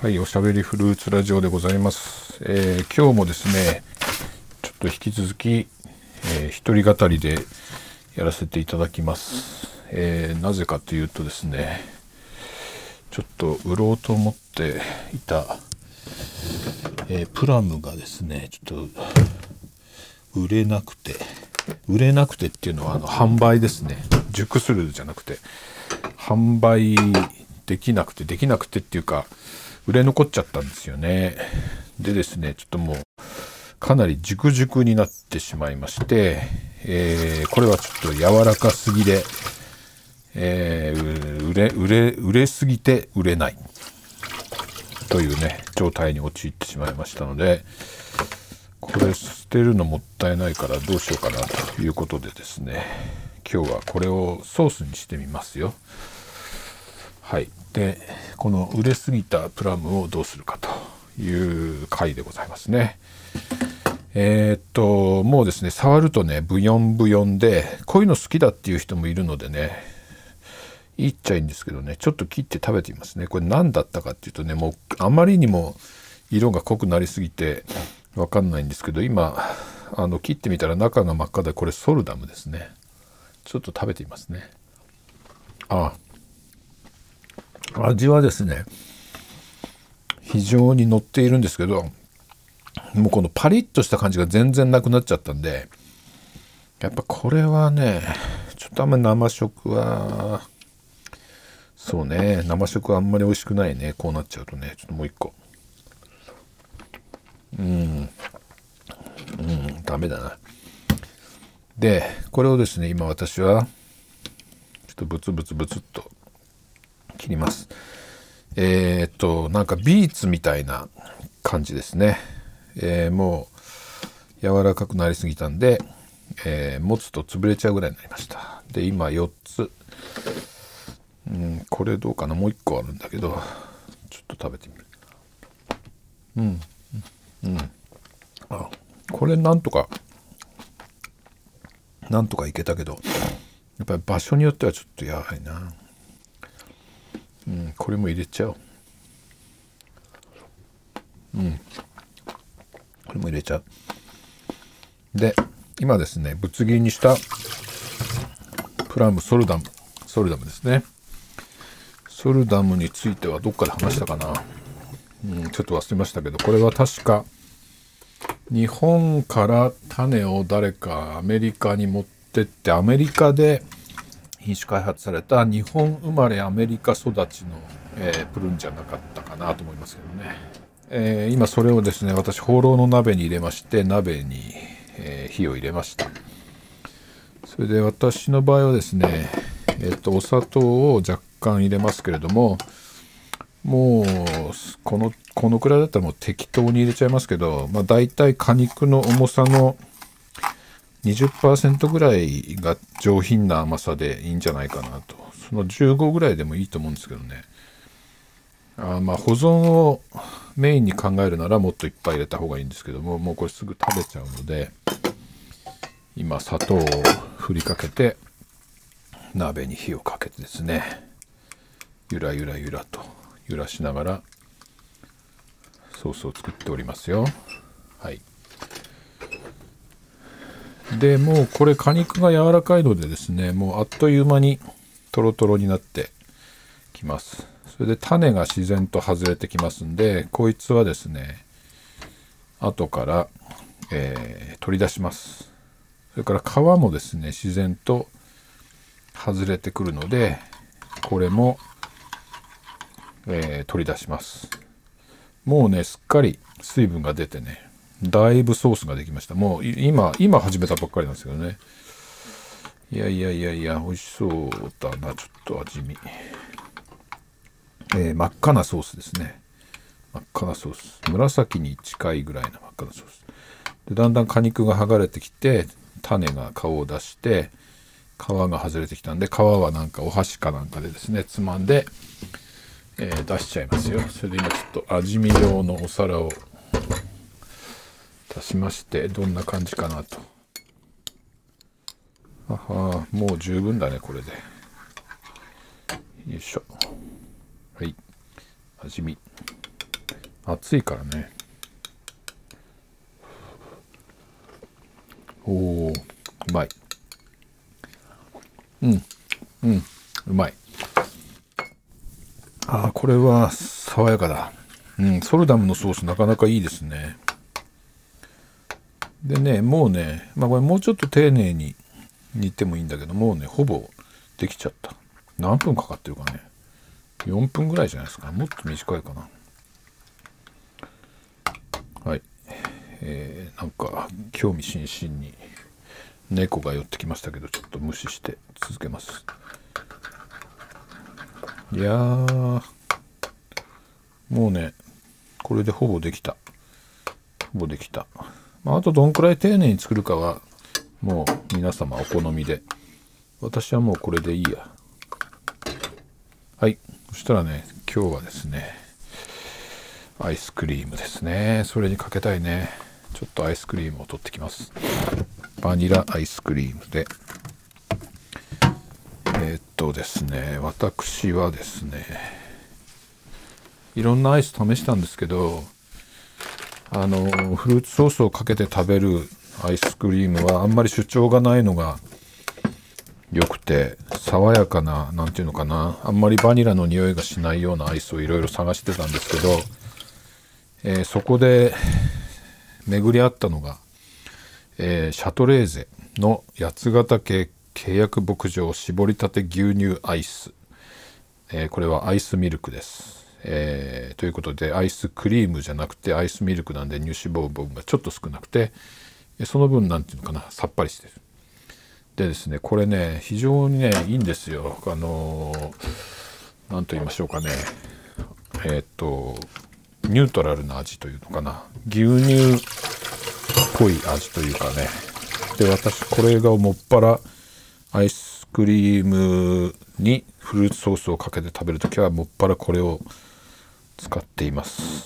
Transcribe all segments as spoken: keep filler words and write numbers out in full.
はい、おしゃべりフルーツラジオでございます。えー、今日もですね、ちょっと引き続き、えー、一人語りでやらせていただきます。えー、なぜかというとですね、ちょっと売ろうと思っていた、えー、プラムがですね、ちょっと売れなくて、売れなくてっていうのはあの販売ですね。熟するじゃなくて、販売できなくて、できなくてっていうか、売れ残っちゃったんですよね。でですね、ちょっともうかなり熟熟になってしまいまして、えー、これはちょっと柔らかすぎで、えー、売れ売れ売れすぎて売れないというね状態に陥ってしまいましたので、これ捨てるのもったいないからどうしようかなということでですね、今日はこれをソースにしてみますよ。はい。で、この売れすぎたプラムをどうするかという回でございますね。えー、っと、もうですね、触るとね、ブヨンブヨンで、こういうの好きだっていう人もいるのでね、いいっちゃいいんですけどね、ちょっと切って食べてみますね。これ何だったかっていうとね、もうあまりにも色が濃くなりすぎてわかんないんですけど、今、あの、切ってみたら中が真っ赤で、これソルダムですね。ちょっと食べてみますね。ああ。味はですね、非常に乗っているんですけど、もうこのパリッとした感じが全然なくなっちゃったんで、やっぱこれはね、ちょっとあんまり生食は、そうね、生食はあんまり美味しくないね。こうなっちゃうとね、ちょっともう一個。うん、うん、ダメだな。で、これをですね、今私は、ちょっとブツブツブツっと切ります。えー、っと、なんかビーツみたいな感じですね。えー、もう柔らかくなりすぎたんで、えー、持つと潰れちゃうぐらいになりました。で、今よっつ。うん、これどうかな、もういっこあるんだけど、ちょっと食べてみる。うん、うん。あ、これなんとか、なんとかいけたけど、やっぱり場所によってはちょっとやばいな。うん、これも入れちゃおう。うん。これも入れちゃう。で、今ですね、ぶつ切りにしたプラムソルダム、ソルダムですね。ソルダムについてはどっかで話したかな。うん、ちょっと忘れましたけど、これは確か日本から種を誰かアメリカに持ってって、アメリカで品種開発された日本生まれアメリカ育ちの、えー、プルーンじゃなかったかなと思いますけどね。えー、今それをですね、私ホーローの鍋に入れまして、鍋に、えー、火を入れました。それで私の場合はですね、えっとお砂糖を若干入れますけれども、もうこのこのくらいだったらもう適当に入れちゃいますけど、まあ大体果肉の重さの にじゅっパーセント ぐらいが上品な甘さでいいんじゃないかなと。そのじゅうごぐらいでもいいと思うんですけどね。あまあ保存をメインに考えるならもっといっぱい入れた方がいいんですけども、もうこれすぐ食べちゃうので、今砂糖を振りかけて鍋に火をかけてですね、ゆらゆらゆらと揺らしながらソースを作っておりますよ。はい。で、もうこれ果肉が柔らかいのでですね、もうあっという間にトロトロになってきます。それで種が自然と外れてきますんで、こいつはですね、後から、えー、取り出します。それから皮もですね、自然と外れてくるので、これも、えー、取り出します。もうね、すっかり水分が出てね、だいぶソースができました。もう今、今始めたばっかりなんですけどね。いやいやいやいや、美味しそうだな。ちょっと味見。えー、真っ赤なソースですね。真っ赤なソース。紫に近いぐらいの真っ赤なソース。で、だんだん果肉が剥がれてきて、種が顔を出して、皮が外れてきたんで、皮はなんかお箸かなんかでですね、つまんで、えー、出しちゃいますよ。それで今ちょっと味見用のお皿を出しまして、どんな感じかなと。あはー、もう十分だね、これで。よいしょ。はい。味見。 暑いからね。おお、うまい。うんうん、うまい。ああ、これは爽やかだ。うん、ソルダムのソースなかなかいいですね。でね、もうね、まあこれもうちょっと丁寧に煮てもいいんだけど、もうね、ほぼできちゃった。何分かかってるかね。よんぷんぐらいじゃないですか。もっと短いかな。はい。えー、なんか興味津々に猫が寄ってきましたけど、ちょっと無視して続けます。いやー、もうね、これでほぼできた。ほぼできた。まあ、あとどんくらい丁寧に作るかは、もう皆様お好みで。私はもうこれでいいや。はい。そしたらね、今日はですね、アイスクリームですね。それにかけたいね。ちょっとアイスクリームを取ってきます。バニラアイスクリームで。えー、っとですね、私はですね、いろんなアイス試したんですけど、あのフルーツソースをかけて食べるアイスクリームはあんまり主張がないのが良くて、爽やかな、なんていうのかな、あんまりバニラの匂いがしないようなアイスをいろいろ探してたんですけど、えー、そこで巡り合ったのが、えー、シャトレーゼの八ヶ岳契約牧場搾りたて牛乳アイス、えー、これはアイスミルクです。えー、ということでアイスクリームじゃなくてアイスミルクなんで乳脂肪分がちょっと少なくて、その分なんていうのかな、さっぱりしてる。でですね、これね非常にねいいんですよ。あのー、なんと言いましょうかね、えっとニュートラルな味というのかな、牛乳っぽい味というかね。で私これがもっぱらアイスクリームにフルーツソースをかけて食べるときはもっぱらこれを使っています。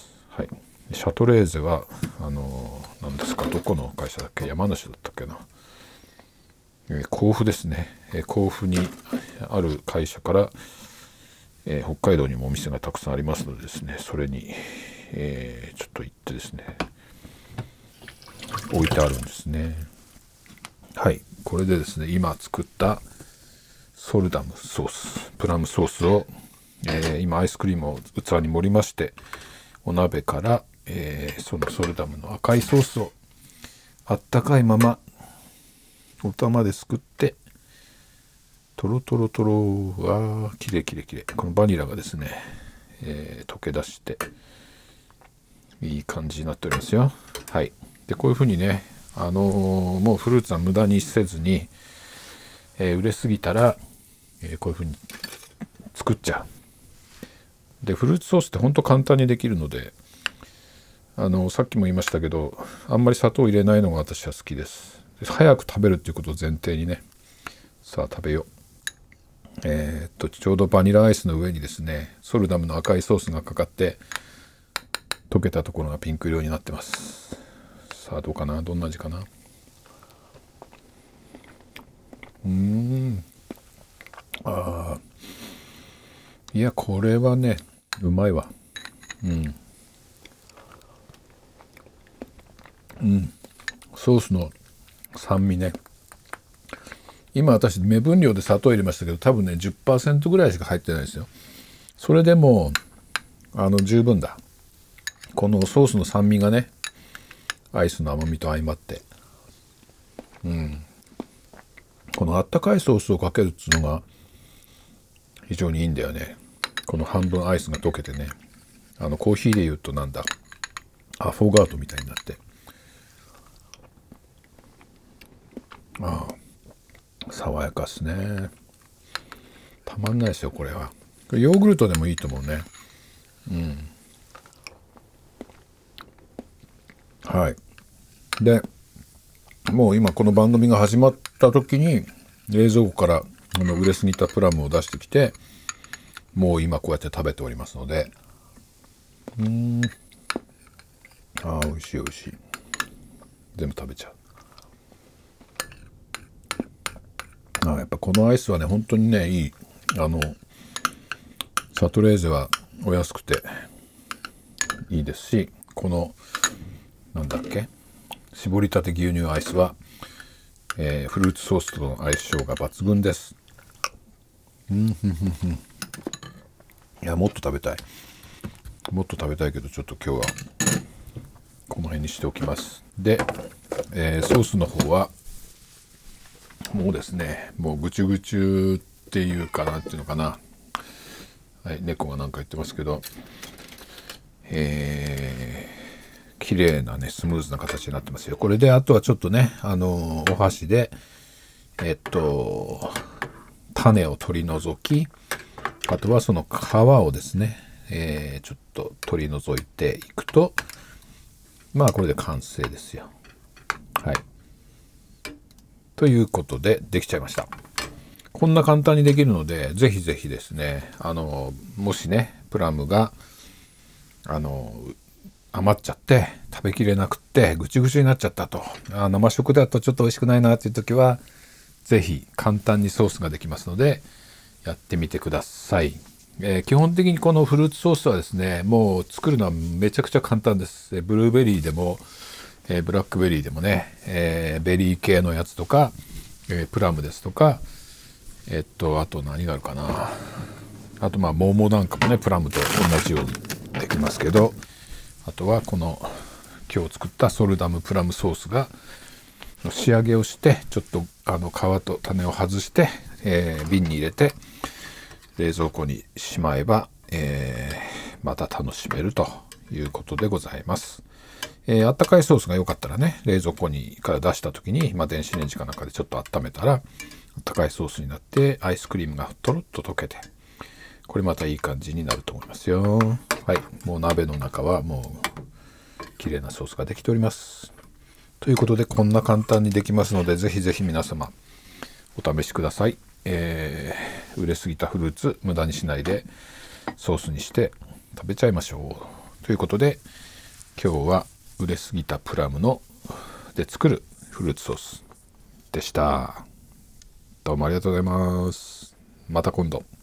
はい。シャトレーゼはあの何ですか、どこの会社だっけ、山梨だったっけな、えー、甲府ですね、えー、甲府にある会社から、えー、北海道にもお店がたくさんありますのでですね、それに、えー、ちょっと行ってですね置いてあるんですね。はい。これでですね、今作ったソルダムソース、プラムソースを、えー、今アイスクリームを器に盛りまして、お鍋から、えー、そのソルダムの赤いソースをあったかいままお玉ですくって、トロトロトロ、あー、きれいきれいきれい。このバニラがですね、えー、溶け出していい感じになっておりますよ。はい。でこういうふうにね、あのー、もうフルーツは無駄にせずに、えー、売れすぎたら、えー、こういうふうに作っちゃう。でフルーツソースってほんと簡単にできるので、あのさっきも言いましたけど、あんまり砂糖を入れないのが私は好きです。で早く食べるっていうことを前提にね、さあ食べよう。えー、っとちょうどバニラアイスの上にですね、ソルダムの赤いソースがかかって溶けたところがピンク色になってます。さあどうかな、どんな味かな。うーん、あー、いやこれはねうまいわ。うんうん、ソースの酸味ね。今私目分量で砂糖入れましたけど、多分ね じゅっパーセント ぐらいしか入ってないですよ。それでもあの十分だ。このソースの酸味がね、アイスの甘みと相まって、うん、このあったかいソースをかけるっていうのが非常にいいんだよね。この半分アイスが溶けてね、あのコーヒーで言うとなんだ、アフォガートみたいになって、ああ爽やかっすね。たまんないですよこれは。ヨーグルトでもいいと思うね。うん。はい。でもう今この番組が始まった時に冷蔵庫からあの売れすぎたプラムを出してきて、もう今こうやって食べておりますので、うーん、あー美味しい美味しい。全部食べちゃう。あやっぱこのアイスはね本当にねいい。あのシャトレーゼはお安くていいですし、このなんだっけ搾りたて牛乳アイスは、えー、フルーツソースとの相性が抜群です。うんふんふんふん。いやもっと食べたいもっと食べたいけどちょっと今日はこの辺にしておきます。で、えー、ソースの方はもうですね、もうぐちゅぐちゅっていうかなんていうのかな、はい、猫がなんか言ってますけど、えー、綺麗なねスムーズな形になってますよ。これであとはちょっとね、あのー、お箸でえっと種を取り除き、あとはその皮をですね、えー、ちょっと取り除いていくと、まあこれで完成ですよ。はい。ということでできちゃいました。こんな簡単にできるので、ぜひぜひですね、あのもしねプラムがあの余っちゃって食べきれなくってぐちぐちになっちゃったと、あ生食だとちょっと美味しくないなっていう時は、ぜひ簡単にソースができますのでやってみてください。えー、基本的にこのフルーツソースはですね、もう作るのはめちゃくちゃ簡単です。ブルーベリーでも、えー、ブラックベリーでもね、えー、ベリー系のやつとか、えー、プラムですとか、えっとあと何があるかな、あとまあ桃なんかもねプラムと同じようにできますけど、あとはこの今日作ったソルダムプラムソースが仕上げをして、ちょっとあの皮と種を外して、えー、瓶に入れて冷蔵庫にしまえば、えー、また楽しめるということでございます。えー、あったかいソースが良かったらね、冷蔵庫にから出した時に、まあ、電子レンジかなんかでちょっと温めたらあったかいソースになってアイスクリームがとろっと溶けて、これまたいい感じになると思いますよ。はい、もう鍋の中はもう綺麗なソースができております。ということでこんな簡単にできますので、ぜひぜひ皆様お試しください。えー、売れすぎたフルーツ無駄にしないでソースにして食べちゃいましょうということで、今日は売れすぎたプラムので作るフルーツソースでした。どうもありがとうございます。また今度。